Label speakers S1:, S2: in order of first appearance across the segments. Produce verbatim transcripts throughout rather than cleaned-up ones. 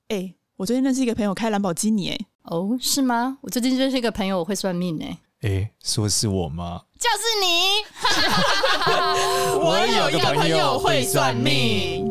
S1: 哎、欸，我最近认识一个朋友开兰博基尼。哎，
S2: 哦，是吗？我最近认识一个朋友，我会算命。哎，
S3: 哎，说是我吗？
S2: 就是你。
S1: 我有一个朋友会算命。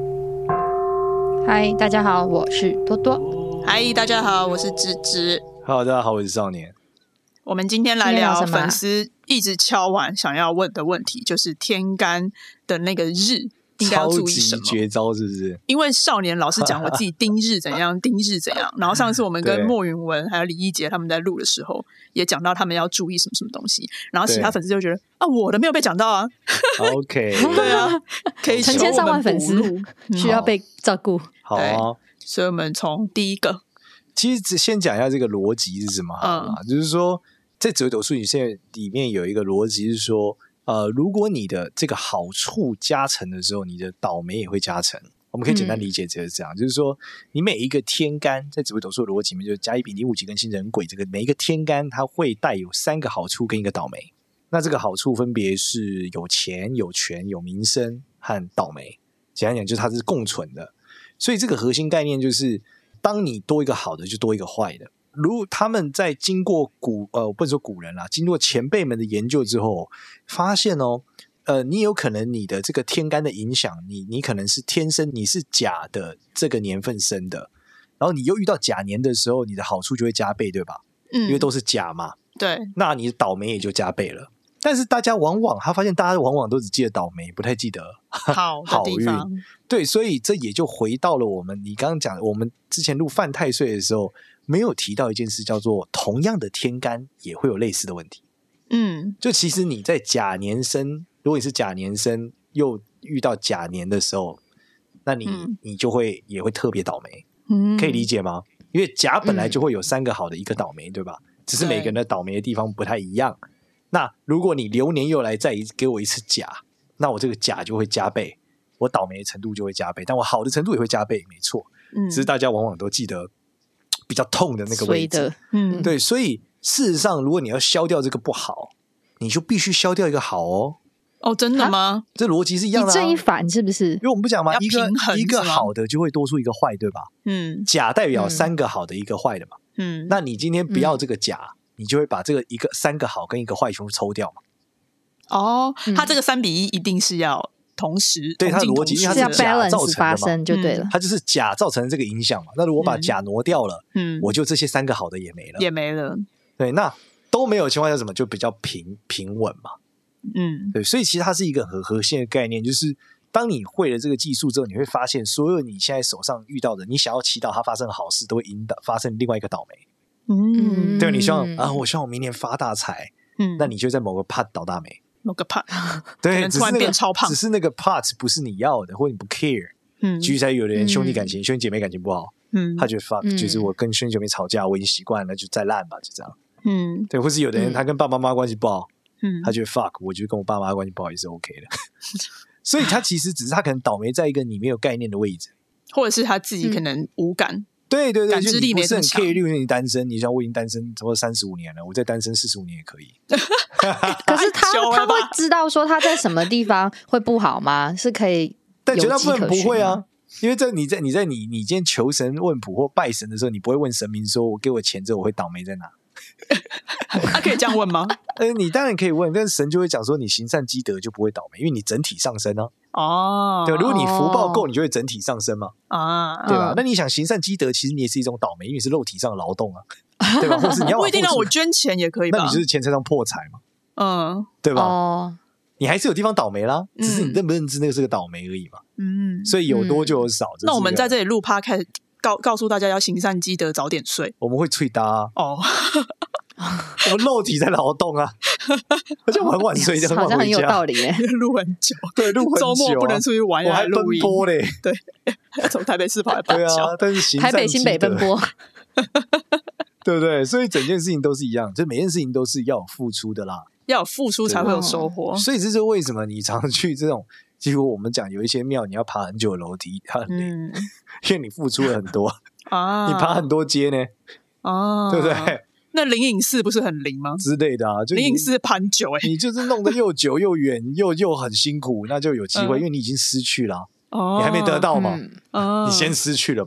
S4: 嗨，大家好，我是多多。
S1: 嗨，大家好，我是芝芝。
S3: Hello， 大家好，我是少年。
S1: 我们今天来聊粉丝一直敲完想要问的问题，就是天干的那个日应该要注意什么？
S3: 超级绝招是不是？
S1: 因为少年老是讲我自己丁日怎样，丁日怎样。然后上次我们跟莫云文还有李一杰他们在录的时候，也讲到他们要注意什么什么东西。然后其他粉丝就觉得啊，我的没有被讲到啊。
S3: OK，
S1: 对啊，可以
S4: 成千上万粉丝需要被照顾。
S3: 好啊，
S1: 所以我们从第一个，
S3: 其实先讲一下这个逻辑是什么好了、嗯，就是说在紫微斗数里面里面有一个逻辑是说。呃，如果你的这个好处加成的时候，你的倒霉也会加成。我们可以简单理解就是这样、嗯、就是说你每一个天干在紫微斗数的逻辑里面，就是甲乙丙丁戊己庚辛壬癸，这个每一个天干它会带有三个好处跟一个倒霉。那这个好处分别是有钱、有权、有名声和倒霉。简单讲就是它是共存的。所以这个核心概念就是当你多一个好的就多一个坏的。如他们在经过古呃，我不能说古人啦，经过前辈们的研究之后，发现哦，呃，你有可能你的这个天干的影响，你你可能是天生你是甲的这个年份生的，然后你又遇到甲年的时候，你的好处就会加倍，对吧？嗯，因为都是甲嘛，
S1: 对，
S3: 那你的倒霉也就加倍了。但是大家往往他发现，大家往往都只记得倒霉，不太记得
S1: 好的地方。
S3: 对，所以这也就回到了我们你刚刚讲，我们之前录犯太岁的时候。没有提到一件事叫做同样的天干也会有类似的问题。嗯，就其实你在甲年生，如果你是甲年生又遇到甲年的时候，那你、嗯、你就会也会特别倒霉。嗯，可以理解吗？因为甲本来就会有三个好的一个倒霉、嗯、对吧？只是每个人的倒霉的地方不太一样。那如果你流年又来再给我一次甲，那我这个甲就会加倍，我倒霉的程度就会加倍，但我好的程度也会加倍，没错。嗯，只是大家往往都记得比较痛的那个位置，嗯，对，所以事实上，如果你要消掉这个不好，你就必须消掉一个好哦。
S1: 哦，真的吗？
S3: 这逻辑是一样的、啊，
S4: 一正一反是不是？
S3: 因为我们不讲嘛，一个一个好的就会多出一个坏，对吧？嗯，甲代表三个好的一个坏的嘛，嗯，那你今天不要这个甲、嗯，你就会把这个一个三个好跟一个坏全部抽掉嘛。
S1: 哦，嗯、它这个三比一一定是要。同时
S3: 对它的逻辑，因为它是甲造成的
S4: 发生就对了、嗯，
S3: 它就是甲造成的这个影响嘛。那如果把甲挪掉了，嗯，我就这些三个好的也没了，
S1: 也没了。
S3: 对，那都没有的情况下，什么就比较平平稳嘛。嗯，对，所以其实它是一个很核心的概念，就是当你会了这个技术之后，你会发现，所有你现在手上遇到的，你想要祈祷它发生好事，都会引导发生另外一个倒霉。嗯，对，你希望啊，我希望我明年发大财，嗯，那你就在某个 part 倒大霉。
S1: 某个 part
S3: 对，
S1: 可能突然变超胖，
S3: 只是那个 part 不是你要的，或者你不 care。嗯，举起来有的人兄弟感情、嗯、兄弟姐妹感情不好，嗯，他觉得 fuck，、嗯、就是我跟兄弟姐妹吵架，我已经习惯了，就再烂吧，就这样。嗯，对，或是有的人他跟爸爸妈妈关系不好，嗯，他觉得 fuck， 我觉得跟我爸妈关系不好也是 OK 的。所以他其实只是他可能倒霉在一个你没有概念的位置，
S1: 或者是他自己可能无感。嗯
S3: 对对对，
S1: 感知力没这么强。
S3: 可以，例如你单身，你像我已经单身差不多三十五年了，我再单身四十五年也可以。
S4: 可是他他会知道说他在什么地方会不好吗？是可以，
S3: 但绝大部分不会啊，因为在你在你在你你今天求神问卜或拜神的时候，你不会问神明说我给我钱之后我会倒霉在哪。
S1: 他、啊、可以这样问吗？
S3: 呃，你当然可以问，但是神就会讲说你行善积德就不会倒霉，因为你整体上升啊。哦，对，如果你福报够，你就会整体上升嘛。啊，对吧？那你想行善积德，其实你也是一种倒霉，因为你是肉体上的劳动啊，对吧？或是你要
S1: 不一定让我捐钱也可以吧？
S3: 那你就是钱财上破财嘛，嗯，对吧？哦，你还是有地方倒霉啦，只是你认不认知那个是个倒霉而已嘛。嗯，所以有多就有少。嗯、
S1: 那我们在这里录 podcast 告告诉大家要行善积德，早点睡。
S3: 我们会催搭啊。哦。我们肉体在劳动啊，而且我很晚睡，
S4: 好像很有道理耶。
S1: 录很久，
S3: 对，录很久、啊，
S1: 周末不能出去玩，
S3: 我还奔波嘞。
S1: 对，从台北市跑来板桥，
S3: 对啊，但是行
S4: 台北新北奔波，
S3: 对不对？所以整件事情都是一样，就每件事情都是要有付出的啦，
S1: 要有付出才会有收获。所
S3: 以这就是为什么你常去这种，几乎我们讲有一些庙，你要爬很久的楼梯，它很累，嗯、因为你付出了很多啊，你爬很多阶呢，啊，对不对？
S1: 那灵隐寺不是很灵吗？
S3: 之类的啊，就
S1: 灵隐寺盘久哎、欸，
S3: 你就是弄得又久又远又又很辛苦，那就有机会、嗯，因为你已经失去了、啊哦，你还没得到嘛，嗯、你先失去了嘛，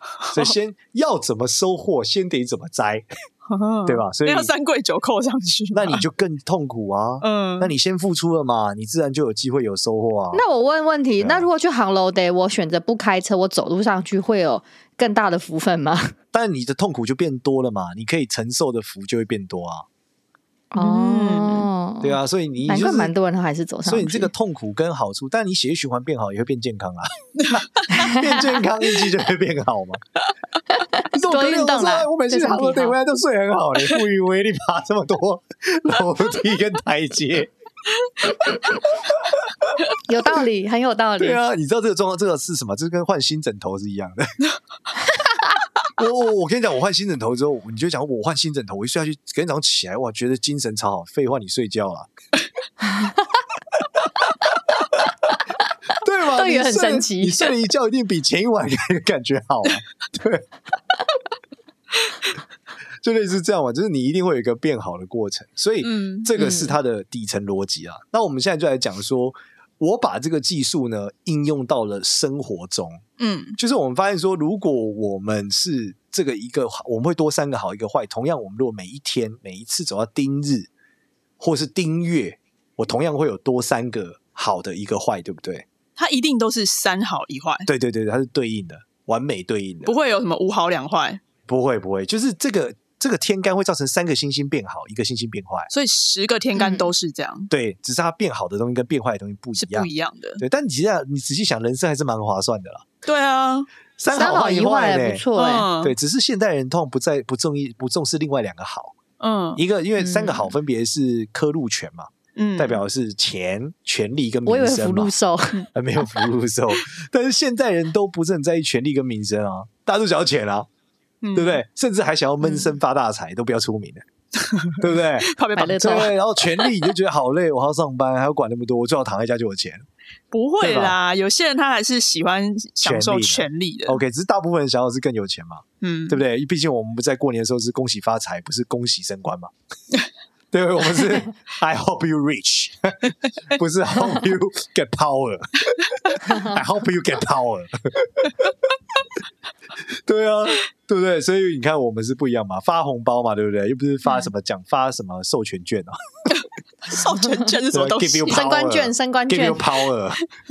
S3: 所以先要怎么收获，先得怎么摘，对吧？所以
S1: 要三跪九叩上去，
S3: 那你就更痛苦啊。嗯，那你先付出了嘛，你自然就有机会有收获啊。
S4: 那我问问题，
S3: 啊、
S4: 那如果去航楼 day， 我选择不开车，我走路上去会有更大的福分吗？
S3: 但你的痛苦就变多了嘛，你可以承受的福就会变多啊。
S4: 哦，
S3: 对啊，所以你、就是、
S4: 难怪蛮多人还是走上去。
S3: 所以你这个痛苦跟好处，但你血液循环变好也会变健康啊，变健康运气就会变好嘛。
S4: 多运动啦，
S3: 我每次航楼 day回来都睡很好嘞，不以为力爬这么多楼梯跟台阶。
S4: 有道理，很有道理。
S3: 对啊，你知道这个状况，这个是什么？这跟换新枕头是一样的。我我我跟你讲，我换新枕头之后，你就讲我换新枕头，我一睡下去，隔天早上起来，哇，觉得精神超好。废话，你睡觉啦。对吧？
S4: 都也很神奇。
S3: 你睡了一觉，一定比前一晚感觉好啊。对。就类似这样嘛，就是你一定会有一个变好的过程，所以这个是它的底层逻辑啊。嗯、那我们现在就来讲说，我把这个技术呢应用到了生活中，嗯，就是我们发现说，如果我们是这个一个，我们会多三个好一个坏。同样，我们如果每一天每一次走到丁日或是丁月，我同样会有多三个好的一个坏，对不对？
S1: 它一定都是三好一坏，
S3: 对对对，它是对应的，完美对应的，
S1: 不会有什么五好两坏，
S3: 不会不会，就是这个。这个天干会造成三个星星变好，一个星星变坏，
S1: 所以十个天干都是这样。
S3: 嗯、对，只是它变好的东西跟变坏的东西不一样，
S1: 是不一样的。
S3: 对，但你其实你仔细想，人生还是蛮划算的啦。
S1: 对啊，
S3: 三好一坏
S4: 不错哎、欸。
S3: 对，只是现代人通常不在不重意不重视另外两个好。嗯，一个因为三个好分别是科禄权嘛，嗯，代表的是钱、权力跟民生嘛。
S4: 我以为福禄寿，
S3: 呃，没有福禄寿，但是现代人都不是很在意权力跟民生啊，大家都想要钱啊。对不对？甚至还想要闷声发大财，嗯、都不要出名了，对不对？
S1: 怕被绑
S3: 对，然后权力你就觉得好累，我还要上班，还要管那么多，我最好躺在家就有钱。
S1: 不会啦，有些人他还是喜欢享受权力的。
S3: OK， 只是大部分人想要的是更有钱嘛，嗯，对不对？毕竟我们不在过年的时候是恭喜发财，不是恭喜升官嘛。对，我们是 I hope you rich， 不是 hope you get power。I hope you get power 。对啊，对不对？所以你看，我们是不一样嘛，发红包嘛，对不对？又不是发什么奖，发什么授权券啊。
S1: 授权券是什么东西？
S4: 升官券，升官券
S3: ，give you power。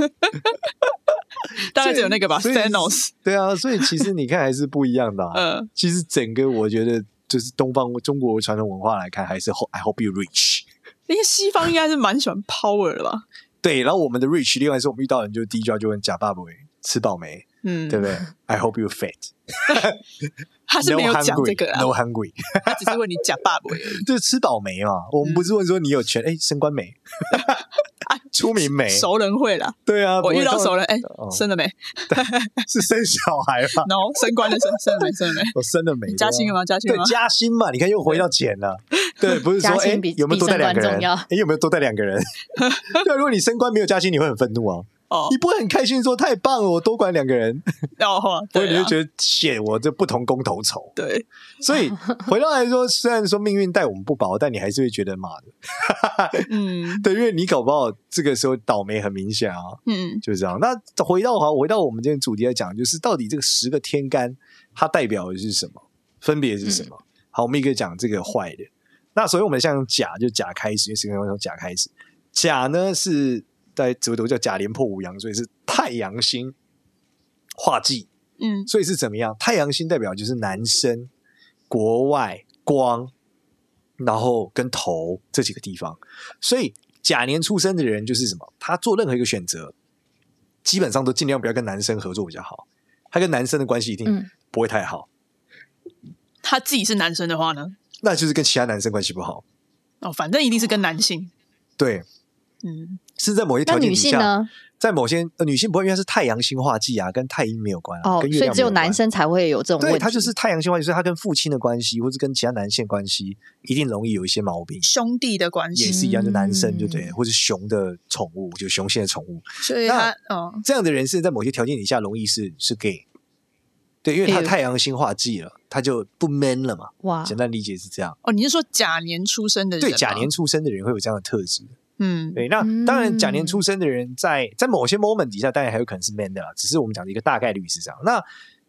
S1: 大概只有那个吧 ，Thanos。
S3: 对啊，所以其实你看还是不一样的、啊。嗯，其实整个我觉得。就是东方中国传统文化来看，还是 I hope you rich。
S1: 因为西方应该是蛮喜欢 power 的吧？
S3: 对，然后我们的 rich， 另外是我们遇到的人就第一句话就问假爸爸吃饱没？嗯，对不对 ？I hope you fat 。
S1: 他是没有讲这个啊
S3: ，No hungry，
S1: 他只是问你假爸爸而已。
S3: 就是吃饱没嘛？我们不是问说你有权，哎，升官没？出名没？
S1: 熟人会啦。
S3: 对啊，
S1: 我遇到熟人，哎，生了没？
S3: 是生小孩吧
S1: ？No， 升官了，升升了没？升了没？
S3: 我升了没？
S1: 加薪了吗？加薪了吗？
S3: 对，加薪嘛，你看又回到钱了。对，不是说哎有没有多带两个人？哎有没有多带两个人？对，如果你升官没有加薪，你会很愤怒啊。哦、你不会很开心说太棒了，我多管两个人，
S1: 哦，
S3: 所以你就觉得shit，我这不同工头酬。
S1: 对，
S3: 所以回到来说，虽然说命运待我们不薄，但你还是会觉得妈的，嗯，对，因为你搞不好这个时候倒霉很明显啊，嗯，就是这样。那回到好，回到我们今天主题来讲，就是到底这个十个天干它代表的是什么，分别是什么？嗯、好，我们一个讲这个坏的。那所以我们像甲就甲开始，因为十个天干从甲开始，甲呢是。在紫微斗叫甲廉破武阳，所以是太阳星化忌，嗯，所以是怎么样？太阳星代表就是男生、国外、光，然后跟头这几个地方。所以甲年出生的人就是什么？他做任何一个选择，基本上都尽量不要跟男生合作比较好。他跟男生的关系一定不会太好。
S1: 嗯、他自己是男生的话呢？
S3: 那就是跟其他男生关系不好。
S1: 哦，反正一定是跟男性。
S3: 对。嗯，是在某些条件底下，
S4: 呢
S3: 在某些、呃、女性不会，因为它是太阳星化忌啊，跟太阴没有关啊，
S4: 哦，
S3: 跟月亮没有关，
S4: 所以只有男生才会有这种问题。
S3: 对，它就是太阳星化忌，所以它跟父亲的关系，或是跟其他男性关系，一定容易有一些毛病。
S1: 兄弟的关系
S3: 也是一样，就男生就对，或是熊的宠物，就雄性的宠物。
S1: 所以他，哦，
S3: 这样的人是在某些条件底下容易是是 gay。对，因为他太阳星化忌了，他就不 man 了嘛。哇，简单理解是这样。
S1: 哦，你是说甲年出生的人？
S3: 对，甲年出生的人会有这样的特质。嗯，对，那当然，甲年出生的人在在某些 moment 底下，当然还有可能是 man 的啦，只是我们讲的一个大概率是这样。那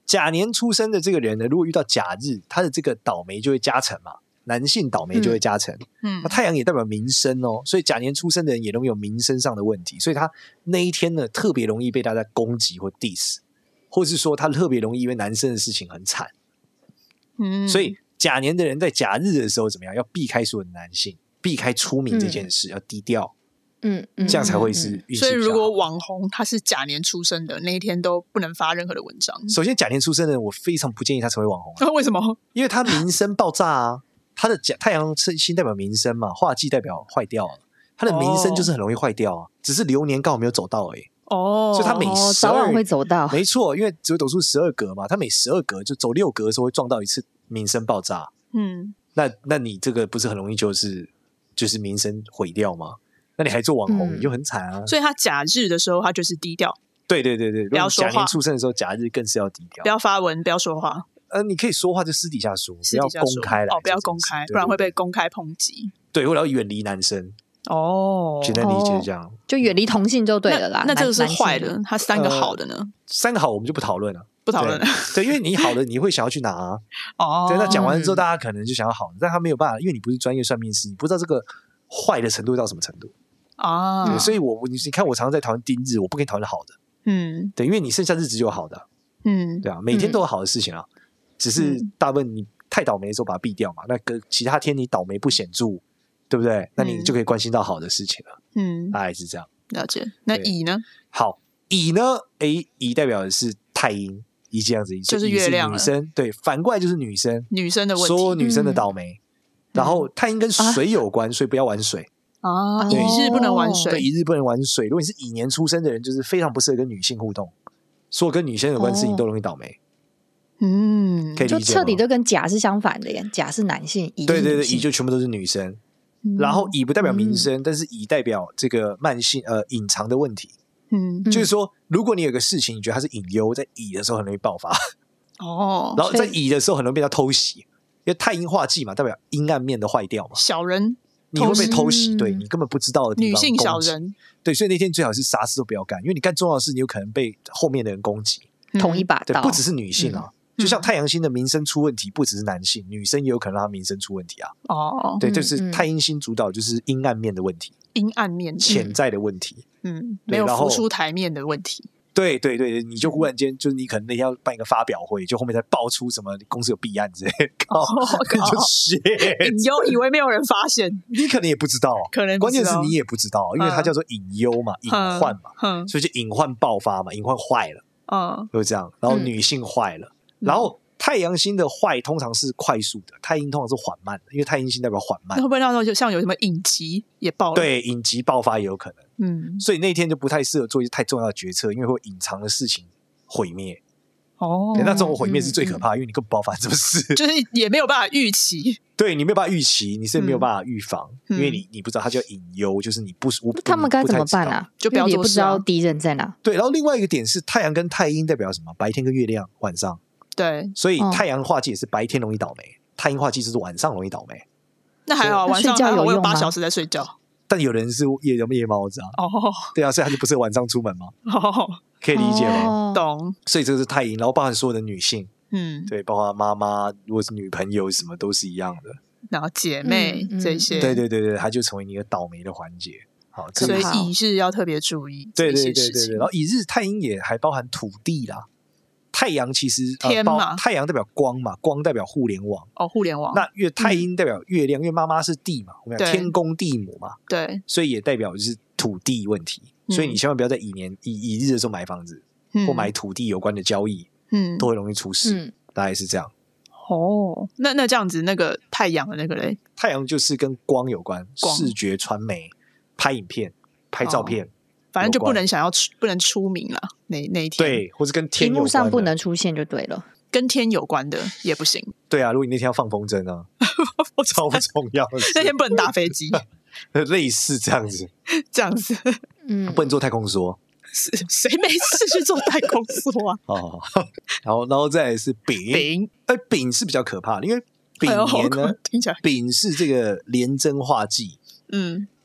S3: 甲年出生的这个人呢，如果遇到甲日，他的这个倒霉就会加成嘛，男性倒霉就会加成。嗯，那太阳也代表民生哦，所以甲年出生的人也容易有民生上的问题，所以他那一天呢，特别容易被大家攻击或 diss， 或是说他特别容易因为男生的事情很惨。嗯，所以甲年的人在甲日的时候怎么样？要避开所有的男性，避开出名这件事，嗯、要低调。嗯嗯，这样才会是运气比较好。
S1: 所以如果网红他是甲年出生的，那一天都不能发任何的文章。
S3: 首先，甲年出生的人，我非常不建议他成为网红、啊。
S1: 为什么？
S3: 因为他名声爆炸啊！他的太阳星代表民生嘛，化忌代表坏掉了，他的名声就是很容易坏掉啊。哦、只是流年刚好没有走到而已。哦，所以他每十二、哦、
S4: 早晚会走到。
S3: 没错，因为紫微斗数十二格嘛，他每十二格就走六格的时候会撞到一次名声爆炸。嗯，那那你这个不是很容易就是就是名声毁掉吗？那你还做网红，嗯、你就很惨啊！
S1: 所以他甲日的时候，他就是低调。
S3: 对对对对，
S1: 不要说话。
S3: 甲年出生的时候，甲日更是要低调，
S1: 不要发文，不要说话。
S3: 呃，你可以说话，就私底下说，不要公开来。
S1: 哦，不要公开，不然会被公开抨击。
S3: 对，或者要远离男生。
S1: 哦，
S3: 简单理解这样，
S4: 就远离同性就对了啦。
S1: 那, 那这个是坏的，他三个好的呢？呃、
S3: 三个好我们就不讨论了，
S1: 不讨论了。
S3: 对，因为你好的你会想要去拿、啊。哦，对，那讲完之后，大家可能就想要好的，但他没有办法，因为你不是专业算命师，你不知道这个坏的程度到什么程度。啊，对，所以我你你看，我常常在讨论丁日，我不跟你讨论好的，嗯，对，因为你剩下日子就有好的，嗯，对啊，每天都有好的事情啊，嗯、只是大部分你太倒霉的时候把它避掉嘛，那个其他天你倒霉不显著，对不对？那你就可以关心到好的事情了，嗯，大概是这样。
S1: 了解。那乙呢？
S3: 好，乙呢？诶，乙代表的是太阴，乙这样子，
S1: 就是月亮
S3: 女生，对，反过来就是女生，
S1: 女生的问题，
S3: 所有女生的倒霉。嗯、然后太阴跟水有关，啊、所以不要玩水。
S1: 啊，乙日不能玩水，
S3: 对，乙日不能玩水。如果你是乙年出生的人，就是非常不适合跟女性互动，所有跟女生有关的事情都容易倒霉。嗯，可以理解吗？
S4: 就彻底就跟甲是相反的耶，甲是男性，乙
S3: 对对对，乙就全部都是女生。嗯、然后乙不代表民生，嗯、但是乙代表这个慢性呃隐藏的问题。嗯，就是说，如果你有个事情，你觉得它是隐忧，在乙的时候很容易爆发。哦，然后在乙的时候很容易被他偷袭，因为太阴化忌嘛，代表阴暗面的坏掉嘛，
S1: 小人。
S3: 你会被偷袭，对你根本不知道的地方，
S1: 女性小人，
S3: 对，所以那天最好是啥事都不要干，因为你干重要的事，你有可能被后面的人攻击，
S4: 捅一把刀。
S3: 对，不只是女性啊，嗯、就像太阳星的民生出问题，不只是男性，女生也有可能让她民生出问题啊。哦，对，就是太阴星主导，就是阴暗面的问题，
S1: 阴暗面
S3: 潜在的问题，
S1: 嗯，没有浮出台面的问题。对
S3: 对对，你就忽然间就是你可能那天要办一个发表会，就后面再爆出什么公司有弊案之类的，靠，就 shit，
S1: 隐忧以为没有人发现，
S3: 你可能也不知道，
S1: 可能
S3: 关键是你也不知道，因为它叫做隐忧嘛，隐患嘛，嗯、所以就隐患爆发嘛，隐患坏了，嗯，就这样，然后女性坏了，嗯、然后太阳星的坏通常是快速的，太阴通常是缓慢的，因为太阴星代表缓慢，
S1: 会不会那时候就像有什么隐疾也爆了？
S3: 对，隐疾爆发也有可能。嗯，所以那天就不太适合做一些太重要的决策，因为会隐藏的事情毁灭。哦，那这种毁灭是最可怕的，嗯、因为你根本不知道发生什么事，
S1: 就是也没有办法预期。
S3: 对，你没有办法预期，你是没有办法预防，嗯、因为你你不知道，它叫隐忧，就是你不无
S4: 他们该怎么办啊？
S1: 就不要做事啊，
S4: 也不知道敌人在哪。
S3: 对，然后另外一个点是太阳跟太阴代表什么？白天跟月亮，晚上。
S1: 对，
S3: 所以太阳化忌也是白天容易倒霉，哦、太阴化忌就是晚上容易倒霉。
S1: 那还好，晚上还好，我有八小时在睡觉。
S3: 但有人是夜夜猫子啊，哦，对啊，所以他就不是晚上出门吗？哦，可以理解吗？
S1: 懂。
S3: 所以这个是太阴，然后包含所有的女性，嗯，对，包括妈妈，如果是女朋友什么都是一样的。
S1: 然后姐妹、嗯、这些，
S3: 对对对对，它就成为你一个倒霉的环节。好，
S1: 所以乙是要特别注意
S3: 对对对对对。然后乙日太阴也还包含土地啦。太阳其实
S1: 天嘛、
S3: 呃，太阳代表光嘛，光代表互联网
S1: 哦，互联网。
S3: 那月太阴代表月亮，嗯、因为妈妈是地嘛，我们讲天公地母嘛，
S1: 对，
S3: 所以也代表就是土地问题。嗯、所以你千万不要在乙年乙乙日的时候买房子，嗯、或买土地有关的交易，嗯，都会容易出事。嗯、大概是这样。
S1: 哦，那那这样子，那个太阳的那个嘞，
S3: 太阳就是跟光有关，视觉、传媒、拍影片、拍照片。哦，
S1: 反正就不能想要出不能出名了，那那一天
S3: 对，或是跟天有关的
S4: 屏幕上不能出现就对了，
S1: 跟天有关的也不行。
S3: 对啊，如果你那天要放风筝啊，超重要的，
S1: 那天不能搭飞机，
S3: 类似这样子，
S1: 这样子，
S3: 嗯，不能坐太空梭，
S1: 谁没事去坐太空梭啊？
S3: 哦，然后然后再来是丙，
S1: 丙，
S3: 哎，丙是比较可怕的，因为丙年呢，
S1: 听起来
S3: 丙是这个廉贞化忌，嗯。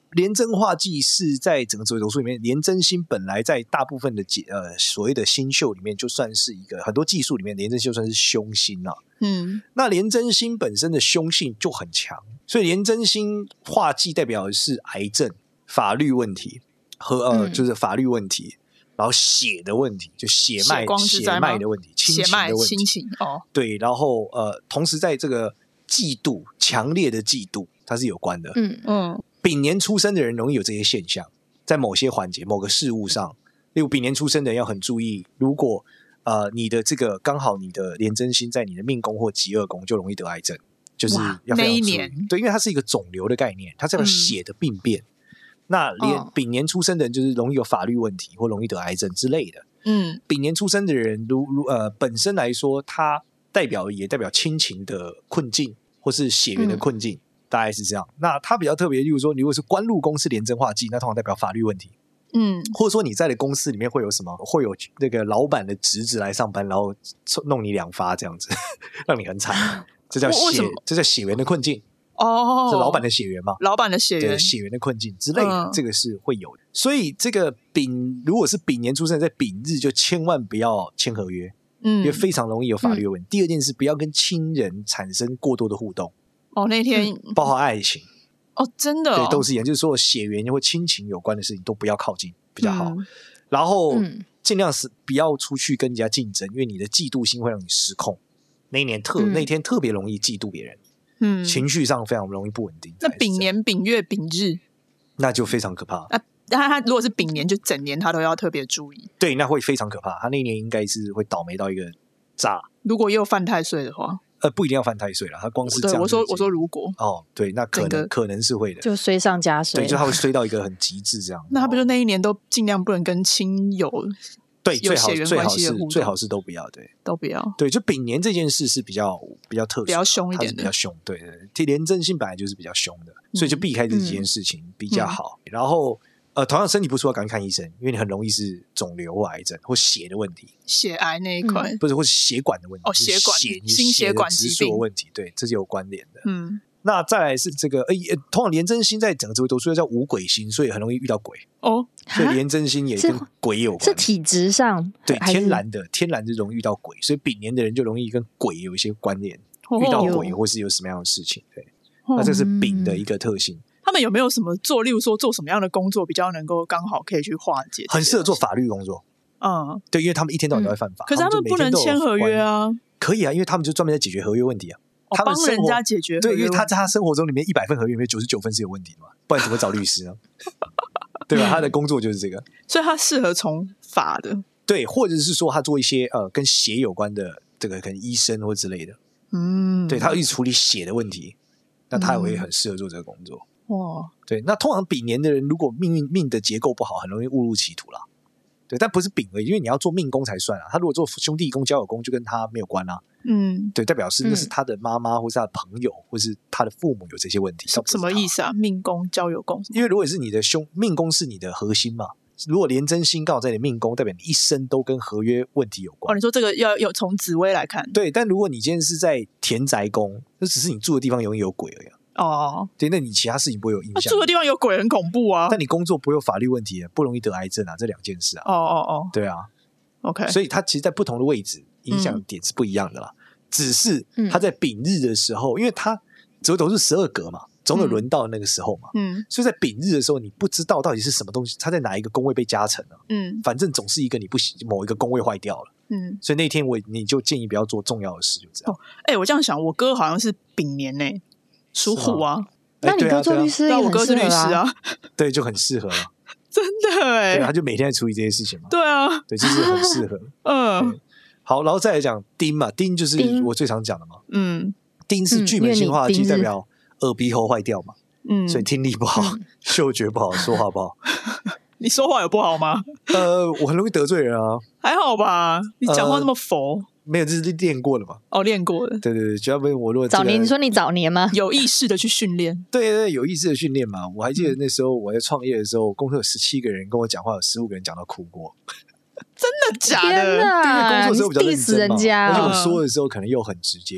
S3: 廉贞化忌是在整个紫微斗数里面，廉贞星本来在大部分的呃所谓的星宿里面，就算是一个很多技术里面，廉贞星就算是凶星啊。嗯，那廉贞星本身的凶性就很强，所以廉贞星化忌代表的是癌症、法律问题和呃、嗯、就是法律问题，然后血的问题，就血脉血脉的问题，亲情的问题，
S1: 亲情哦，
S3: 对，然后呃，同时在这个嫉妒，强烈的嫉妒，它是有关的。嗯嗯，丙年出生的人容易有这些现象，在某些环节、某个事物上，例如丙年出生的人要很注意，如果呃你的这个刚好你的廉贞星在你的命宫或疾厄宫，就容易得癌症，就是要非常注意。那一年，对，因为它是一个肿瘤的概念，它代表血的病变。嗯，那连丙年出生的人就是容易有法律问题或容易得癌症之类的。嗯，丙年出生的人如如呃本身来说，它代表也代表亲情的困境或是血缘的困境，嗯，大概是这样。那它比较特别，例如说，如果是官禄宫是廉贞化忌，那通常代表法律问题。嗯，或者说你在的公司里面会有什么，会有那个老板的侄子来上班，然后弄你两发这样子，让你很惨。这叫血，这叫血缘的困境。哦，是老板的血缘嘛？
S1: 老板的血缘，
S3: 血缘的困境之类的，嗯，这个是会有的。所以这个丙，如果是丙年出生，在丙日就千万不要签合约，嗯，因为非常容易有法律问题。嗯，第二件事，不要跟亲人产生过多的互动。
S1: 哦，那天，
S3: 嗯，包括爱情。
S1: 哦，真的，哦，
S3: 对，都是一样，就是说血缘或亲情有关的事情都不要靠近比较好。嗯，然后，嗯，尽量是不要出去跟人家竞争，因为你的嫉妒心会让你失控。那一年特，嗯，那天特别容易嫉妒别人。嗯，情绪上非常容易不稳定。
S1: 那丙年、丙月、丙日，
S3: 那就非常可怕。
S1: 那他他如果是丙年，就整年他都要特别注意。
S3: 对，那会非常可怕。他那一年应该是会倒霉到一个炸。
S1: 如果又犯太岁的话，
S3: 呃，不一定要犯太岁了。他光是这样，
S1: 对，我说我说如果
S3: 哦，对，那可能可能是会的，
S4: 就衰上加衰。
S3: 对，就他会衰到一个很极致这样。
S1: 那他不就那一年都尽量不能跟亲友？
S3: 对，最好最好是最好是都不要，对，
S1: 都不要。
S3: 对，就丙年这件事是比较比较特殊，
S1: 比较凶一点的，
S3: 比较凶。对对，廉贞星本来就是比较凶的，所以就避开这几件事情比较好。嗯，然后呃，同样身体不舒服要赶快看医生，因为你很容易是肿瘤或癌症或血的问题，
S1: 血癌那一块，
S3: 嗯，不是，或是血管的问题。
S1: 哦，血管、
S3: 血
S1: 心血管疾病
S3: 问题，对，这是有关联的。嗯。那再来是这个，呃，通常廉贞星在整个紫微斗数叫五鬼星，所以很容易遇到鬼哦。所以廉贞星也跟鬼有关，
S4: 是体质上，
S3: 对，天然的，天然就容易遇到鬼，所以丙年的人就容易跟鬼有一些关联，哦，遇到鬼或是有什么样的事情。对，哦，那这是丙的一个特性。
S1: 他们有没有什么做，例如说做什么样的工作比较能够刚好可以去化解？
S3: 很适合做法律工作。嗯，对，因为他们一天到晚都在犯法，
S1: 嗯，可是他们不能签合约啊。
S3: 可以啊，因为他们就专门在解决合约问题啊。
S1: 他们帮人家解决，
S3: 对，因为他在他生活中里面一百份合约里面九十九分是有问题的嘛，不然怎么找律师呢？对吧？他的工作就是这个，
S1: 所以他适合从法的，
S3: 对，或者是说他做一些呃跟血有关的这个可能医生或之类的，嗯，对，他一直处理血的问题，那他也会很适合做这个工作。哇，嗯，对，那通常丙年的人如果命运命的结构不好，很容易误入歧途啦。对，但不是丙而已，因为你要做命宫才算啊。他如果做兄弟宫、交友宫，就跟他没有关啦。嗯，对，代表是那是他的妈妈，或是他的朋友，或是他的父母有这些问题。
S1: 什么意思啊？命宫、交友宫？
S3: 因为如果是你的兄命宫是你的核心嘛，如果廉贞星刚好在你的命宫，代表你一生都跟合约问题有关。
S1: 哦，你说这个要有从紫微来看，
S3: 对。但如果你今天是在田宅宫，那只是你住的地方永远有鬼而已。哦，对，那你其他事情不会有影响。
S1: 住的地方有鬼很恐怖啊，
S3: 但你工作不会有法律问题，不容易得癌症啊，这两件事啊。哦哦哦，对啊
S1: ，OK。
S3: 所以它其实，在不同的位置影响点是不一样的啦。嗯，只是它在丙日的时候，因为它紫微斗数十二格嘛，总有轮到那个时候嘛。嗯，所以在丙日的时候，你不知道到底是什么东西，它在哪一个宫位被加成了。嗯，反正总是一个你不某一个宫位坏掉了。嗯，所以那天我你就建议不要做重要的事，就这样。哦，
S1: 哎，我这样想，我哥好像是丙年呢，欸，属虎啊。
S4: 那你哥做律师也很适合啊，我哥是律师啊，
S3: 对，就很适合了，
S1: 真的哎，
S3: 对，他就每天在处理这些事情嘛，
S1: 对啊，
S3: 对，就是很适合，嗯，好，然后再来讲丁嘛，丁就是我最常讲的嘛，嗯，丁是巨门星化忌，代表耳鼻喉坏掉嘛，嗯，所以听力不好，嗯，嗅觉不好，说话不好。
S1: 你说话有不好吗？
S3: 呃，我很容易得罪人啊，
S1: 还好吧，你讲话那么佛。呃
S3: 没有，这是练过的嘛？
S1: 哦，练过的。
S3: 对对对，主要不是我如果、这个、
S4: 早年，你说你早年吗？
S1: 有意识的去训练。
S3: 对对对，有意识的训练嘛。我还记得那时候我在创业的时候，公司有十七个人跟我讲话，有十五个人讲到哭过。
S1: 真的假的？
S3: 因为工作的时候比较认真嘛，
S4: 人家
S3: 而且我说的时候可能又很直接。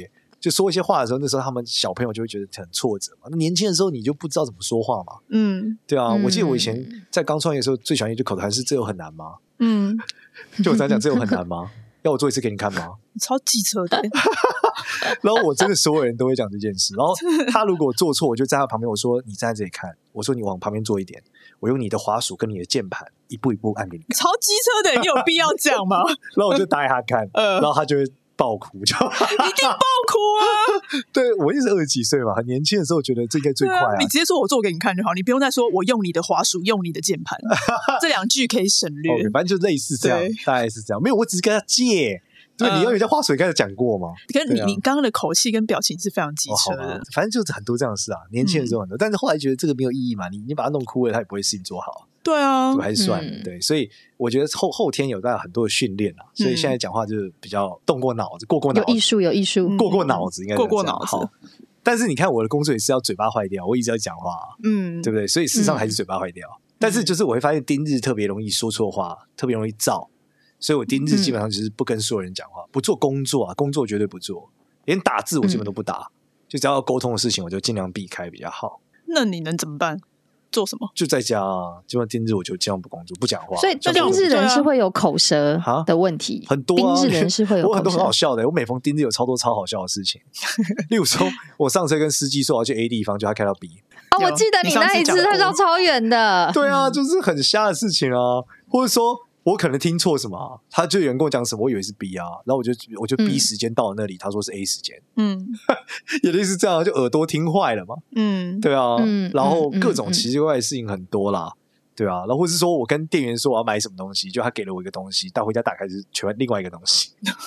S3: 就说一些话的时候，那时候他们小朋友就会觉得很挫折嘛。那年轻的时候你就不知道怎么说话嘛，
S1: 嗯，
S3: 对啊。
S4: 嗯
S3: 我记得我以前在刚创业的时候，最喜欢一句口头禅是：这有很难吗？
S1: 嗯，
S3: 就我常讲，这有很难吗？要我做一次给你看吗？
S1: 超机车的。
S3: 然后我真的所有人都会讲这件事。然后他如果做错，我就站在旁边，我说你站在这里看，我说你往旁边坐一点，我用你的滑鼠跟你的键盘一步一步按给你看。
S1: 超机车的，你有必要这样吗？
S3: 然后我就打给他看，
S1: 呃
S3: 然后他就会爆哭，就
S1: 一定爆哭啊！
S3: 对我也是二十几岁嘛，很年轻的时候觉得这应该最快啊。
S1: 啊你直接说我做给你看就好，你不用再说我用你的滑鼠，用你的键盘，这两句可以省略。
S3: Okay, 反正就类似这样，大概是这样。没有，我只是跟他借。对，你用你在滑水刚才讲过吗？
S1: 可是你、
S3: 啊、
S1: 你刚刚的口气跟表情是非常机车的、
S3: 哦、反正就是很多这样的事啊，年轻的时候很多、嗯，但是后来觉得这个没有意义嘛，你你把他弄哭了，他也不会事情做好。
S1: 对啊，
S3: 还是算了、嗯、对，所以我觉得后后天有大家很多的训练啊，所以现在讲话就是比较动过脑子，过过脑子，
S4: 有艺术，有艺术，
S3: 过过脑子，应该
S1: 过过脑子。
S3: 好，但是你看我的工作也是要嘴巴坏掉，我一直要讲话、啊，嗯，对不对？所以事实上还是嘴巴坏掉、嗯，但是就是我会发现丁日特别容易说错话，特别容易躁。所以我丁日基本上就是不跟所有人讲话、嗯，不做工作啊，工作绝对不做，连打字我基本都不打，嗯、就只要沟通的事情我就尽量避开比较好。
S1: 那你能怎么办？做什么？
S3: 就在家啊，基本上丁日我就尽量不工作，不讲话。
S4: 所以丁日人是会有口舌的问题，
S3: 很多、啊。
S4: 丁日人是会有口舌，
S3: 我很多很好笑的。我每逢丁日有超多超好笑的事情，例如说我上车跟司机说我要去 A 地方，就他开到 B。
S4: 啊，我记得你那一次他绕超远的。
S3: 对啊，就是很瞎的事情啊，或者说。我可能听错什么、啊，他就有人跟我讲什么，我以为是 B 啊，然后我就我就 B 时间到了那里，嗯、他说是 A 时间，嗯，也类似这样，就耳朵听坏了嘛，嗯，对啊，嗯、然后各种奇奇怪怪的事情很多啦，嗯、对啊，然后或是说我跟店员说我要买什么东西，就他给了我一个东西，但回家打开是全另外一个东西，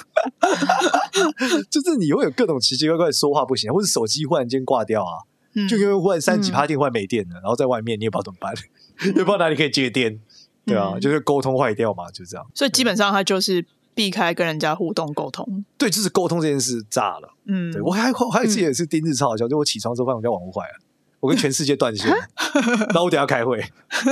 S3: 就是你会有各种奇奇怪怪的说话不行，或是手机忽然间挂掉啊，嗯、就因为忽然三几趴电忽然没电了，然后在外面你也不知道怎么办，也不知道哪里可以接电。对啊、嗯，就是沟通坏掉嘛，就这样。
S1: 所以基本上他就是避开跟人家互动沟通。
S3: 对，就是沟通这件事炸了。嗯，对我还我还记得是丁日超好笑，就我起床之后发现我家网络坏了，我跟全世界断线，然后我等一下开会。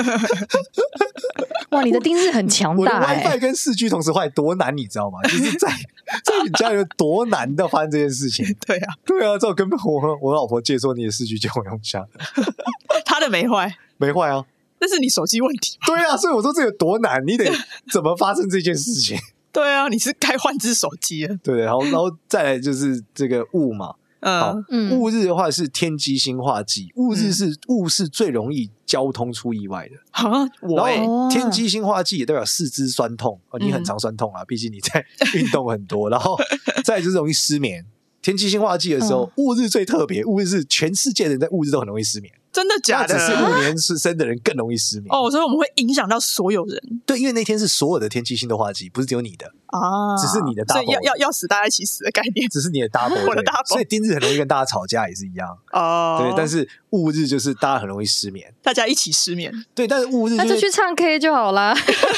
S4: 哇，你的丁日很强大、欸！
S3: 我的 WiFi 跟四 G 同时坏多难，你知道吗？就是在在你家有多难的发生这件事情。
S1: 对啊，
S3: 对啊，这我跟我我老婆借说你的四 G 借我用一下，
S1: 他的没坏，
S3: 没坏啊。
S1: 那是你手机问题。
S3: 对啊，所以我说这有多难，你得怎么发生这件事情？
S1: 对啊，你是该换只手机了。
S3: 对，然后然后再来就是这个雾嘛，嗯，好，雾日的话是天机星化忌，雾日是雾是最容易交通出意外的。
S1: 啊，我
S3: 然后天机星化忌也代表四肢酸痛，哦，你很常酸痛啊，毕竟你在运动很多。然后再来就是容易失眠。天机星化忌的时候，雾日最特别，雾日是全世界人在雾日都很容易失眠。
S1: 真的假的？
S3: 只是五年生的人更容易失眠
S1: 哦，所以我们会影响到所有人。
S3: 对，因为那天是所有的天气星都化忌，不是只有你的啊，只是你的 double，
S1: 所以要要要死大家一起死的概念，
S3: 只是你的 double，
S1: 我的 double，
S3: 所以丁日很容易跟大家吵架也是一样哦。对，但是戊日就是大家很容易失眠，
S1: 大家一起失眠。
S3: 对，但是戊日、就是、
S4: 那就去唱 K 就好啦。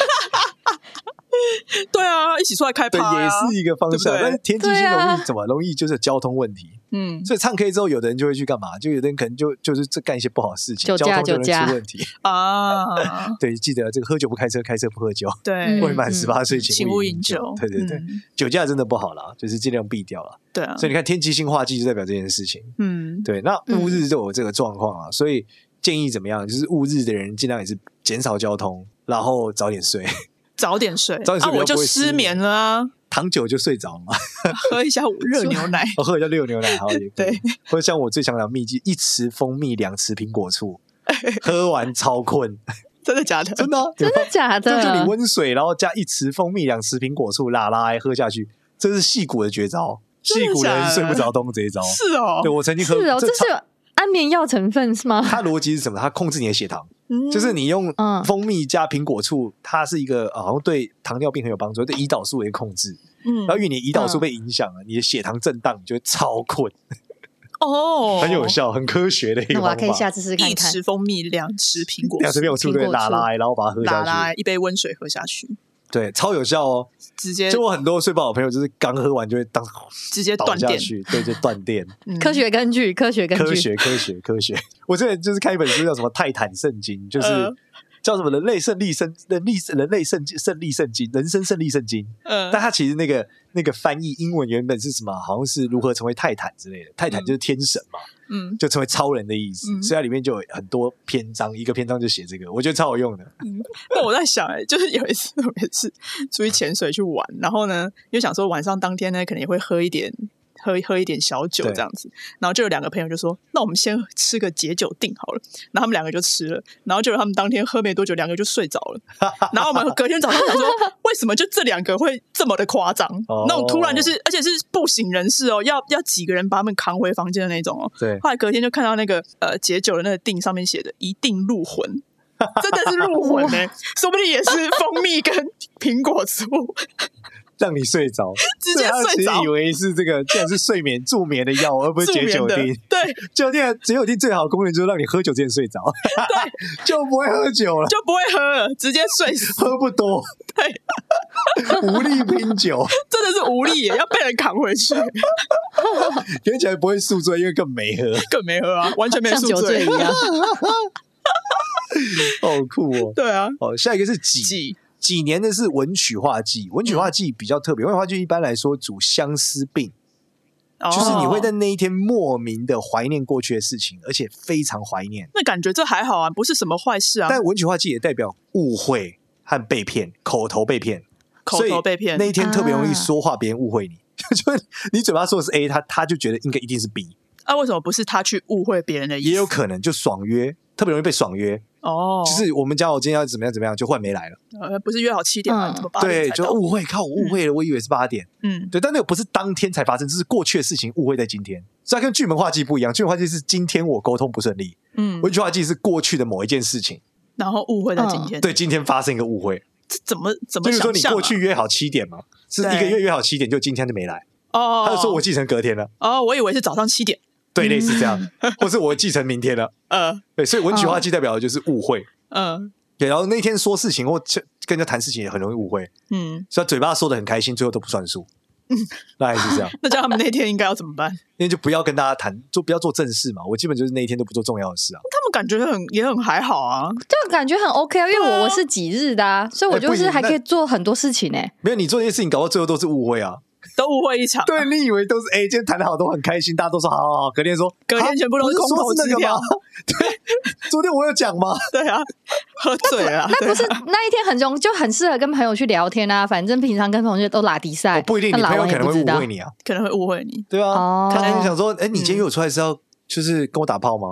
S1: 对啊，一起出来开趴、啊，
S3: 对，也是一个方向。
S1: 对对，
S3: 但是天机星容易怎么容易就是交通问题，嗯，所以唱 K 之后，有的人就会去干嘛？就有的人可能就就是干一些不好的事情，
S4: 酒驾
S3: 交通就能出问题
S1: 啊。
S3: 对，记得这个喝酒不开车，开车不喝酒。
S1: 对，
S3: 未满十八岁
S1: 请勿饮酒。
S3: 对对对、嗯，酒驾真的不好啦，就是尽量避掉啦。
S1: 对啊，
S3: 所以你看天机星化忌就代表这件事情。嗯，对。那戊日就有这个状况啊，所以建议怎么样？就是戊日的人尽量也是减少交通，然后早点睡。
S1: 早点睡，
S3: 早点睡、
S1: 啊、我就失眠了啊！
S3: 躺久就睡着嘛，
S1: 喝一下热牛奶，
S3: 我喝一下热牛奶好也可以。
S1: 对，
S3: 或者像我最常讲秘籍，一匙蜂蜜，两匙苹果醋，喝完超困。
S1: 真的假的？
S3: 真的、啊，
S4: 真的假的？
S3: 就你温水，然后加一匙蜂蜜，两匙苹果醋，拉拉喝下去，这是矽谷的绝招。矽谷的人睡不着都用这一招。
S1: 是哦，
S3: 对我曾经喝，
S4: 是哦，这是有安眠药成分是吗？
S3: 它逻辑是什么？它控制你的血糖。嗯、就是你用蜂蜜加苹果醋，它是一个好像对糖尿病很有帮助，对胰岛素的一个控制。嗯，然后因为你胰岛素被影响了，嗯、你的血糖震荡，你就会超困。哦，很有效，很科学的一个方法。
S4: 那我可以下次试试看看。
S1: 一匙蜂蜜，两匙苹果，
S3: 两匙苹果醋对拉拉，然后把它喝下去，
S1: 拉拉一杯温水喝下去。
S3: 对，超有效哦！
S1: 直接
S3: 就我很多睡不好的朋友，就是刚喝完就会当
S1: 直接断电，
S3: 对，就断电。
S4: 嗯、科学根据，科学根据，
S3: 科学，科学，科学。我这就是看一本书叫什么《泰坦圣经》，就是叫什么人类胜利圣人力人类胜胜利圣经，人生胜利圣经。嗯，但它其实那个那个翻译英文原本是什么？好像是如何成为泰坦之类的。泰坦就是天神嘛，嗯，就成为超人的意思。嗯、所以它里面就有很多篇章，一个篇章就写这个，我觉得超好用的。
S1: 嗯，那我在想、欸，就是有一次我也是出去潜水去玩，然后呢，又想说晚上当天呢，可能也会喝一点。喝喝一点小酒这样子，然后就有两个朋友就说：“那我们先吃个解酒定好了。”然后他们两个就吃了，然后结果他们当天喝没多久，两个就睡着了。然后我们隔天早上想说，为什么就这两个会这么的夸张？哦、那种突然就是，而且是不省人事哦，要要几个人把他们扛回房间的那种哦。
S3: 对。
S1: 后来隔天就看到那个呃解酒的那个定上面写的“一定入魂”，真的是入魂呢、欸，说不定也是蜂蜜跟苹果醋。
S3: 让你睡着，
S1: 直接睡着，
S3: 以为是这个，竟然是睡眠助眠的药，而不是解酒定。
S1: 对，
S3: 解酒定，解酒定最好的功能就是让你喝酒之前睡着，
S1: 对，
S3: 就不会喝酒了，
S1: 就不会喝了，直接睡死，
S3: 喝不多，
S1: 对，
S3: 无力拼酒，
S1: 真的是无力耶，要被人扛回去。
S3: 听起来不会宿醉，因为更没喝，
S1: 更没喝啊，完全没宿醉，
S2: 像酒醉一样，
S3: 好酷哦。
S1: 对啊，
S3: 好，下一个是己。己几年的是文曲化忌，文曲化忌比较特别。文曲化忌一般来说主相思病，哦、就是你会在那一天莫名的怀念过去的事情，而且非常怀念。
S1: 那感觉这还好啊，不是什么坏事啊。
S3: 但文曲化忌也代表误会和被骗，口头被骗，
S1: 口头被骗，
S3: 那一天特别容易说话，别人误会你，啊、就是你嘴巴说的是 A， 他他就觉得应该一定是 B。
S1: 啊，为什么不是他去误会别人的意思？
S3: 也有可能就爽约，特别容易被爽约。哦，就是我们讲我今天要怎么样怎么样，就忽然没来了。
S1: 呃，不是约好七点吗？嗯、怎么八点才到？
S3: 对，就误会，靠我误会了，嗯、我以为是八点。嗯，对，但那个不是当天才发生，这是过去的事情误会在今天。所以它跟巨门化忌不一样，巨门化忌是今天我沟通不顺利，嗯，文曲化忌是过去的某一件事情，
S1: 然后误会在今天。
S3: 嗯、对，今天发生一个误会，
S1: 这怎么怎么想象、啊？
S3: 就是说你过去约好七点嘛，是一个月约好七点，就今天就没来。哦，他就说我继承隔天了。
S1: 哦，我以为是早上七点。
S3: 对，类似这样，或是我继承明天了。呃，对，所以文曲化忌代表的就是误会。嗯，对，然后那天说事情或跟人家谈事情也很容易误会。嗯，所以他嘴巴说的很开心，最后都不算数。嗯，大概是这样。
S1: 那叫他们那天应该要怎么办？
S3: 那天就不要跟大家谈，就不要做正事嘛。我基本就是那一天都不做重要的事啊。
S1: 他们感觉很也很还好啊，
S4: 就感觉很 OK 啊，因为我我是几日的啊，所以我就是还可以做很多事情哎、欸。
S3: 没有，你做这些事情搞到最后都是误会啊。
S1: 都误会一场，
S3: 对，你以为都是哎、欸，今天谈的好，都很开心，大家都说好好好，隔天说，
S1: 隔天全部都是空头支票。
S3: 对，昨天我有讲吗？
S1: 对啊，喝醉了。
S4: 那不是那一天很容就很适合跟朋友去聊天啊，反正平常跟同学都拉迪赛、
S3: 哦，不一定，你朋友可能会误会你啊，
S1: 可能会误会你，
S3: 对啊，哦、可能想说，哎、欸，你今天约我出来是要就是跟我打炮吗？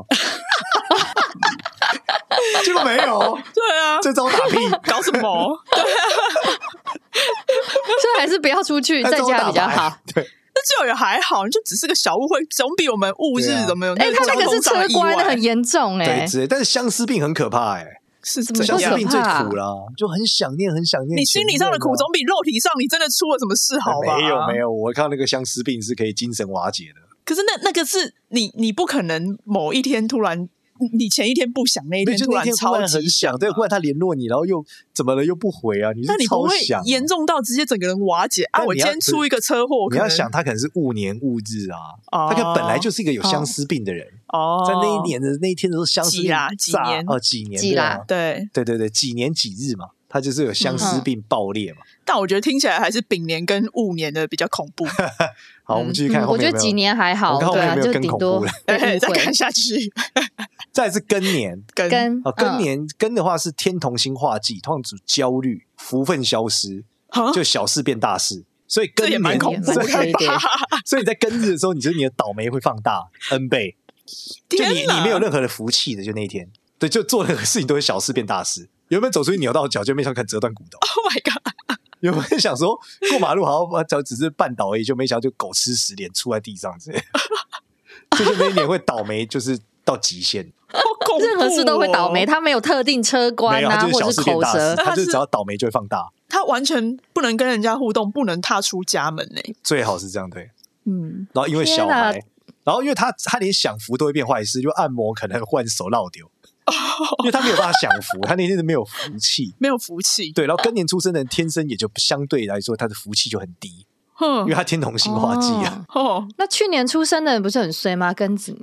S3: 结果没有，
S1: 对啊，
S3: 这招打屁，
S1: 搞什么？对啊，
S4: 所以还是不要出去，在家比较好。
S3: 对，
S1: 那这也还好，就只是个小误会，总比我们误日怎么有？
S4: 哎、啊，他那个是车关的很严重哎、
S3: 欸，对，但是相思病很可怕哎、欸，
S1: 是这么
S3: 相思病最苦啦，就很想念，很想念。
S1: 你心理上的苦总比肉体上你真的出了什么事好吧？
S3: 没有没有，我看那个相思病是可以精神瓦解的。
S1: 可是那那个是你你不可能某一天突然。你前一天不想，那一天突然超级
S3: 很想，对，忽然他联络你，然后又怎么了又不回啊？你是超想，
S1: 那你不会严重到直接整个人瓦解啊？我今天出一个车祸，
S3: 你要想他可能是误年误日啊，哦、他可能本来就是一个有相思病的人哦，在那一年的那一天的时候相思病
S1: 啊，几年
S3: 哦，几年
S4: 几啦，
S1: 对
S3: 对对对，几年几日嘛，他就是有相思病爆裂嘛。
S1: 嗯、但我觉得听起来还是丙年跟戊年的比较恐怖。
S3: 好，我们继续看、嗯。
S4: 我觉得几年还好，
S3: 对啊，就顶多
S1: 再看下去。
S3: 再来是庚年，
S1: 庚
S4: 庚
S3: 啊，庚年庚的话是天同星化忌，通常指焦虑、福分消失，就小事变大事。所以庚年
S1: 蛮恐怖的，
S3: 所以你在庚日的时候，你觉得你的倒霉会放大 N 倍，就你你没有任何的福气的，就那一天，对，就做任何事情都会小事变大事。原本走出去扭到脚，就没想到可能折断骨头。
S1: Oh my god！
S3: 原本想说过马路好像只是绊倒而已，就没想到就狗吃屎脸出在地上之类的。就是那一年会倒霉，就是到极限。
S1: 哦、
S4: 任何事都会倒霉，他没有特定车关啊，
S3: 或
S4: 者是口舌，
S3: 他就只要倒霉就会放大。
S1: 他完全不能跟人家互动，不能踏出家门呢、欸。
S3: 最好是这样对，嗯。然后因为小孩，然后因为他他连享福都会变坏事，就按摩可能换手落丢。因为他没有办法享福，他那天是没有福气，
S1: 没有福气。
S3: 对，然后庚年出生的人天生也就相对来说他的福气就很低，因为他天同星化忌啊。
S4: 哦，那去年出生的人不是很衰吗？庚子年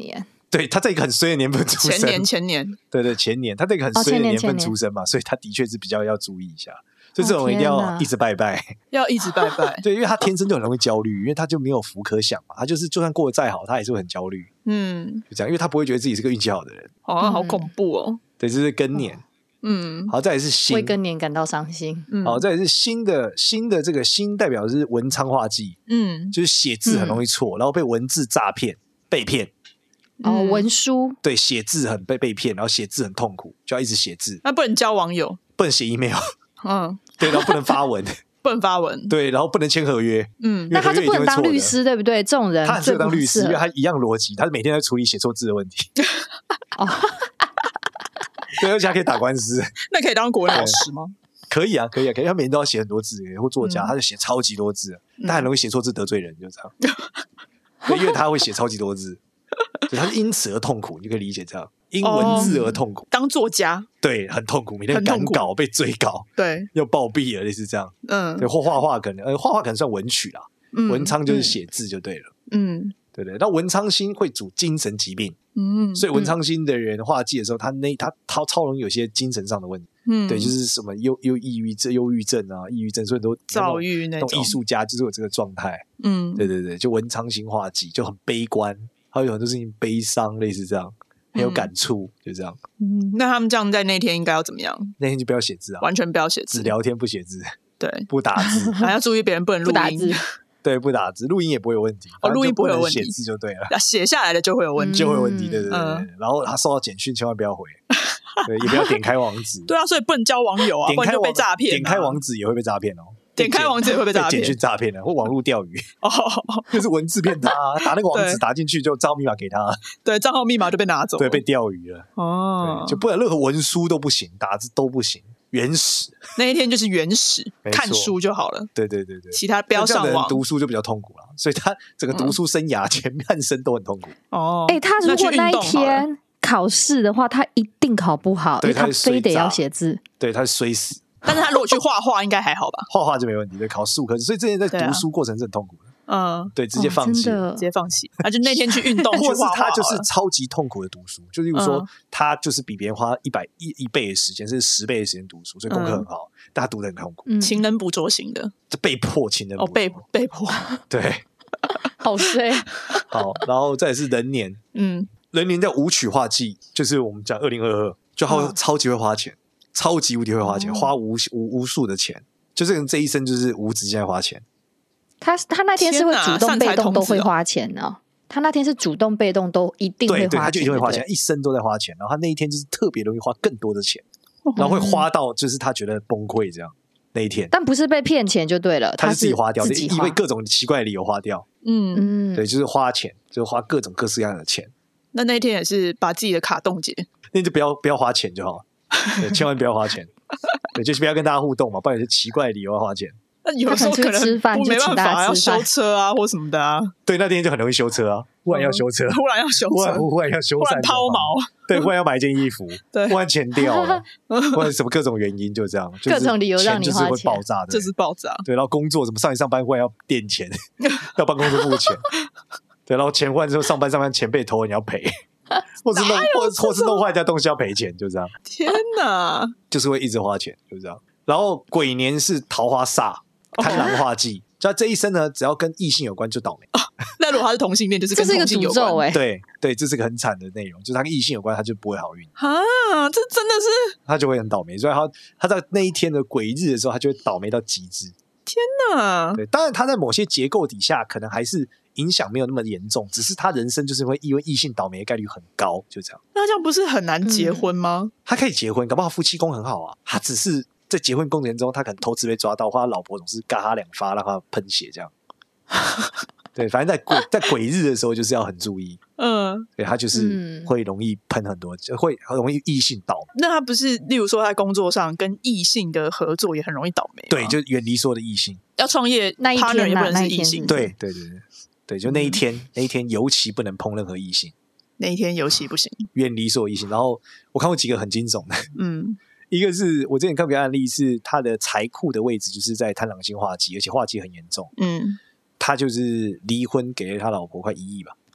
S3: 对，他在一个很衰的年份出生，
S1: 前年前年，
S3: 对对前年，他在一个很衰的年份出生嘛，哦、所以他的确是比较要注意一下。所以这种人一定要一直拜拜，
S1: 要一直拜拜。
S3: 对，因为他天生就很容易焦虑，因为他就没有福可享嘛，他就是就算过得再好，他也是会很焦虑。嗯，就这样，因为他不会觉得自己是个运气好的人。
S1: 好像好恐怖哦。
S3: 对，这是庚年。嗯，好，再来是辛，
S4: 为庚年感到伤心。
S3: 嗯，好，再来是辛的辛的这个辛代表的是文昌化忌，嗯，就是写字很容易错，嗯、然后被文字诈骗、被骗。
S4: 哦，文书
S3: 对，写字很被被骗，然后写字很痛苦，就要一直写字。
S1: 那不能交网友，
S3: 不能写 email。嗯，对，然后不能发文，
S1: 不能发文，
S3: 对，然后不能签合约，
S4: 嗯，那他就不能当律师，对不对？这种人
S3: 他很适合当律师，因为他一样逻辑，他每天在处理写错字的问题。哦，对，而且他可以打官司。
S1: 那可以当国文老师吗？
S3: 可以啊，可以啊，可以。他每天都要写很多字，或作家，嗯、他就写超级多字，嗯、但很容易写错字得罪人，就这样。对，因为他会写超级多字，所以他是因此而痛苦，你就可以理解这样。因文字而痛苦，哦、
S1: 当作家
S3: 对很痛苦，每天赶稿被追稿，
S1: 对
S3: 又暴毙了，类似这样。嗯，对，或画画可能，呃，画画可能算文曲啦，嗯、文昌就是写字就对了。嗯，对对。那文昌星会主精神疾病，嗯，所以文昌星的人画技的时候，他那他超超容易有些精神上的问题。嗯，对，就是什么忧忧抑郁症、忧郁症啊，抑郁症，所以都
S1: 躁郁那种。
S3: 艺术家就是有这个状态。嗯，对对对，就文昌星画技就很悲观，还有很多事情悲伤，类似这样。很有感触，嗯、就这样。
S1: 嗯，那他们这样在那天应该要怎么样？
S3: 那天就不要写字啊，
S1: 完全不要写字，
S3: 只聊天不写字，
S1: 对，
S3: 不打字，
S1: 还要注意别人不能录音，
S3: 对，不打字，录音也不会有问题。
S1: 哦，录音不会有问题，
S3: 写字就对了，
S1: 写下来的就会有问题，
S3: 就会有问题，对对对。嗯、然后他收到简讯，千万不要回，对，也不要点开网址。
S1: 对啊，所以不能交网友啊，不然就被诈骗。
S3: 点开网址也会被诈骗哦。
S1: 点开网址也会被诈骗，
S3: 简讯诈骗的，或网络钓鱼，哦，就是文字骗他，打那个网址打进去就账号密码给他，
S1: 对，账号密码就被拿走，
S3: 对，被钓鱼了，哦，就不然任何文书都不行，打字都不行，原始
S1: 那一天就是原始，看书就好了，
S3: 对对对对，
S1: 其他不要上网，
S3: 读书就比较痛苦了，所以他整个读书生涯前半生都很痛苦。
S4: 哦，哎，他如果那一天考试的话，他一定考不好，因为他非得要写字，
S3: 对，他是衰死。
S1: 但是他如果去画画，应该还好吧？
S3: 画画就没问题，对，考数科，所以之前在读书过程是很痛苦的。嗯，对，直接放弃，
S1: 直接放弃。他就那天去运动，
S3: 或是他就是超级痛苦的读书，就例如说，他就是比别人花一百一一倍的时间，甚至十倍的时间读书，所以功课很好，但他读得很痛苦。
S1: 勤能补拙型的，
S3: 就被迫勤能补拙，
S1: 哦，被被迫，
S3: 对，
S4: 好衰。
S3: 好，然后再来是壬年，嗯，壬年叫武曲化忌，就是我们讲二零二二，就他超级会花钱。超级无敌会花钱，花无无无数的钱，就是人这一生就是无止境在花钱。
S4: 他他那天是会主动被动都会花钱哦，他那天是主动被动都一定会花钱，
S3: 对对，他就一定会花钱，一生都在花钱。然后他那一天就是特别容易花更多的钱，然后会花到就是他觉得崩溃这样那一天。
S4: 但不是被骗钱就对了，
S3: 他是自己花掉，
S4: 自己花
S3: 因为各种奇怪的理由花掉。嗯嗯，对，就是花钱，就是花各种各式各样的钱。
S1: 那那一天也是把自己的卡冻结，
S3: 那就不要不要花钱就好。对，千万不要花钱，对，就是不要跟大家互动嘛，不然有些奇怪的理由要花钱。
S1: 那有时候可能我没办法要修车啊，或什么的啊。
S3: 对，那天就很容易修车啊，忽然要修车，
S1: 忽然要修车，
S3: 忽然要修，
S1: 忽然抛锚，
S3: 对，忽然要买一件衣服，对，忽然钱掉了，忽然什么各种原因就这样，
S4: 各种理由让你花钱，
S3: 就是会爆炸的，
S1: 就是爆炸。
S3: 对，然后工作什么上一上班忽然要垫钱，要帮公司付钱，对，然后钱换之后上班上班钱被偷，你要赔。或是弄或或是弄坏掉东西要赔钱，就这样。
S1: 天哪，
S3: 就是会一直花钱，就这样。然后癸年是桃花煞，贪狼化忌，就他这一生呢，只要跟异性有关就倒霉。
S1: 哦、那如果他是同性恋，就是跟同性有关。
S4: 欸、
S3: 对对，这是个很惨的内容，就是他跟异性有关，他就不会好运
S1: 啊，这真的是
S3: 他就会很倒霉。所以他他在那一天的癸日的时候，他就会倒霉到极致。
S1: 天哪！
S3: 对，当然他在某些结构底下，可能还是。影响没有那么严重，只是他人生就是会因为异性倒霉的概率很高，就这样。
S1: 那这样不是很难结婚吗？
S3: 嗯、他可以结婚，搞不好夫妻宫很好啊。他只是在结婚过程中，他可能偷吃被抓到，或他老婆总是嘎他两发，让他喷血这样。对，反正在鬼在鬼日的时候，就是要很注意。嗯，对他就是会容易喷很多，就会很容易异性倒霉。
S1: 那他不是，例如说在工作上跟异性的合作也很容易倒霉？
S3: 对，就远离所有的异性。
S1: 要创业，那一天也不能是异性。
S3: 对对对对。对，就那一天，嗯、那一天尤其不能碰任何异性。
S1: 那一天尤其不行，
S3: 远离所有异性。然后我看过几个很惊悚的，嗯，一个是我之前看过一个案例，是他的财库的位置就是在贪狼星化忌，而且化忌很严重，嗯，他就是离婚给了他老婆快一亿吧，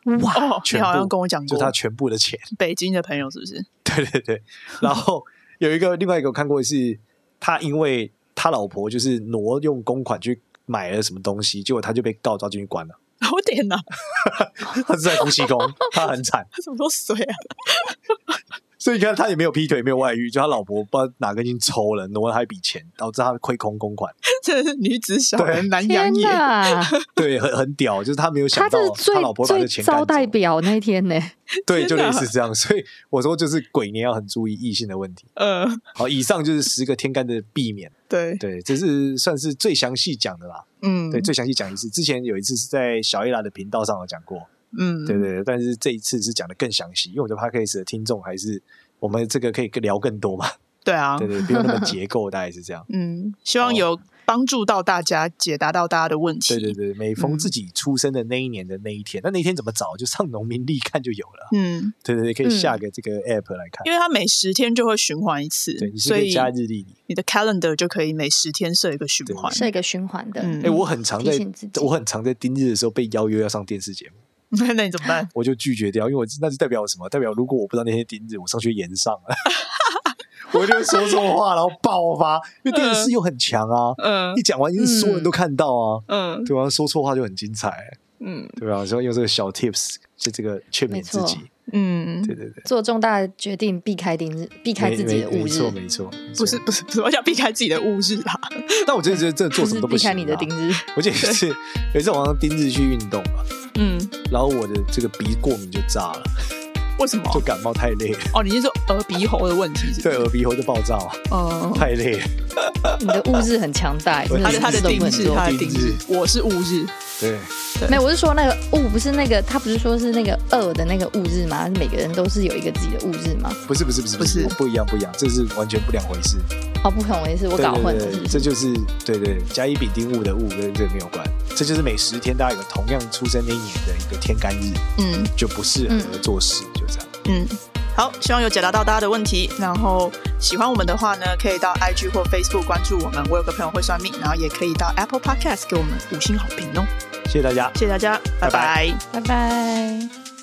S1: 哇，哦、你好像跟我讲过，
S3: 就他全部的钱。
S1: 北京的朋友是不是？
S3: 对对对，然后有一个另外一个我看过的是，他因为他老婆就是挪用公款去买了什么东西，结果他就被告抓进去关了。
S1: 我天哪！
S3: 他是在夫妻宫，他很惨。
S1: 他什么时候衰啊？
S3: 所以你看，他也没有劈腿，没有外遇，就他老婆不知道哪根筋抽了，挪了他一笔钱，导致他亏空公款。
S1: 真的是女子小人难养也。
S3: 对，很很屌，就是他没有想到他老婆把这钱干走。
S4: 最招代表那天呢？
S3: 对，就类似这样。所以我说，就是鬼年要很注意异性的问题。嗯、呃，好，以上就是十个天干的避免。
S1: 对
S3: 对，这是算是最详细讲的啦。嗯，对，最详细讲一次。之前有一次是在小 A 啦的频道上有讲过。嗯，对对对，但是这一次是讲的更详细，因为我觉得 Podcast 的听众还是我们这个可以聊更多嘛。
S1: 对啊，
S3: 对对，不用那么结构，大概是这样。
S1: 嗯，希望有帮助到大家，解答到大家的问题。
S3: 对对对，每逢自己出生的那一年的那一天，那、嗯、那一天怎么找？就上农民历看就有了。嗯，对对对，可以下个这个 app 来看，
S1: 因为它每十天就会循环一次，
S3: 对，你是可以加日历里，
S1: 你的 calendar 就可以每十天设一个循环，
S4: 设一个循环的。
S3: 哎、嗯欸，我很常在，我很常在丁日的时候被邀约要上电视节目。
S1: 那你怎么办？
S3: 我就拒绝掉，因为我那是代表什么？代表如果我不知道那天丁日，我上去演上了。我就说错话，然后爆发，因为电视又很强啊，嗯，一讲完，就是所有人都看到啊，嗯，对吧？说错话就很精彩，嗯，对吧？所以用这个小 tips 就这个劝勉自己，嗯，对对对，
S4: 做重大的决定避开丁日，避开自己的误日，
S3: 没错没错，
S1: 不是不是不是，我想避开自己的误日啦。
S3: 但我觉得这这做什么都不行，
S4: 避开你的丁日。
S3: 我记得有一次有一次晚上丁日去运动嘛，嗯，然后我的这个鼻过敏就炸了。
S1: 为什么？
S3: 就感冒太累了。
S1: 哦，你是说耳鼻喉的问题是不是？
S3: 对，耳鼻喉就爆炸嘛。嗯，太累了。
S4: 你的误日很强大，
S1: 他的他的丁日，他的丁日，我是误日。
S3: 对，
S4: 没有，我是说那个误不是那个，他不是说是那个二的那个误日吗？每个人都是有一个自己的误日吗？
S3: 不是不是不是不是不一样不一样，这是完全不两回事。
S4: 哦，不同回事，我搞混了。
S3: 对对对，这就是对对甲乙丙丁戊的戊跟这个没有关，这就是每十天大家有同样出生那一年的一个天干日，嗯，就不适合做事，嗯、就这样。
S1: 嗯，好，希望有解答到大家的问题。然后喜欢我们的话呢，可以到 I G 或 Facebook 关注我们。我有个朋友会算命，然后也可以到 Apple Podcast 给我们五星好评哦。
S3: 谢谢大家，
S1: 谢谢大家，拜拜，
S4: 拜拜。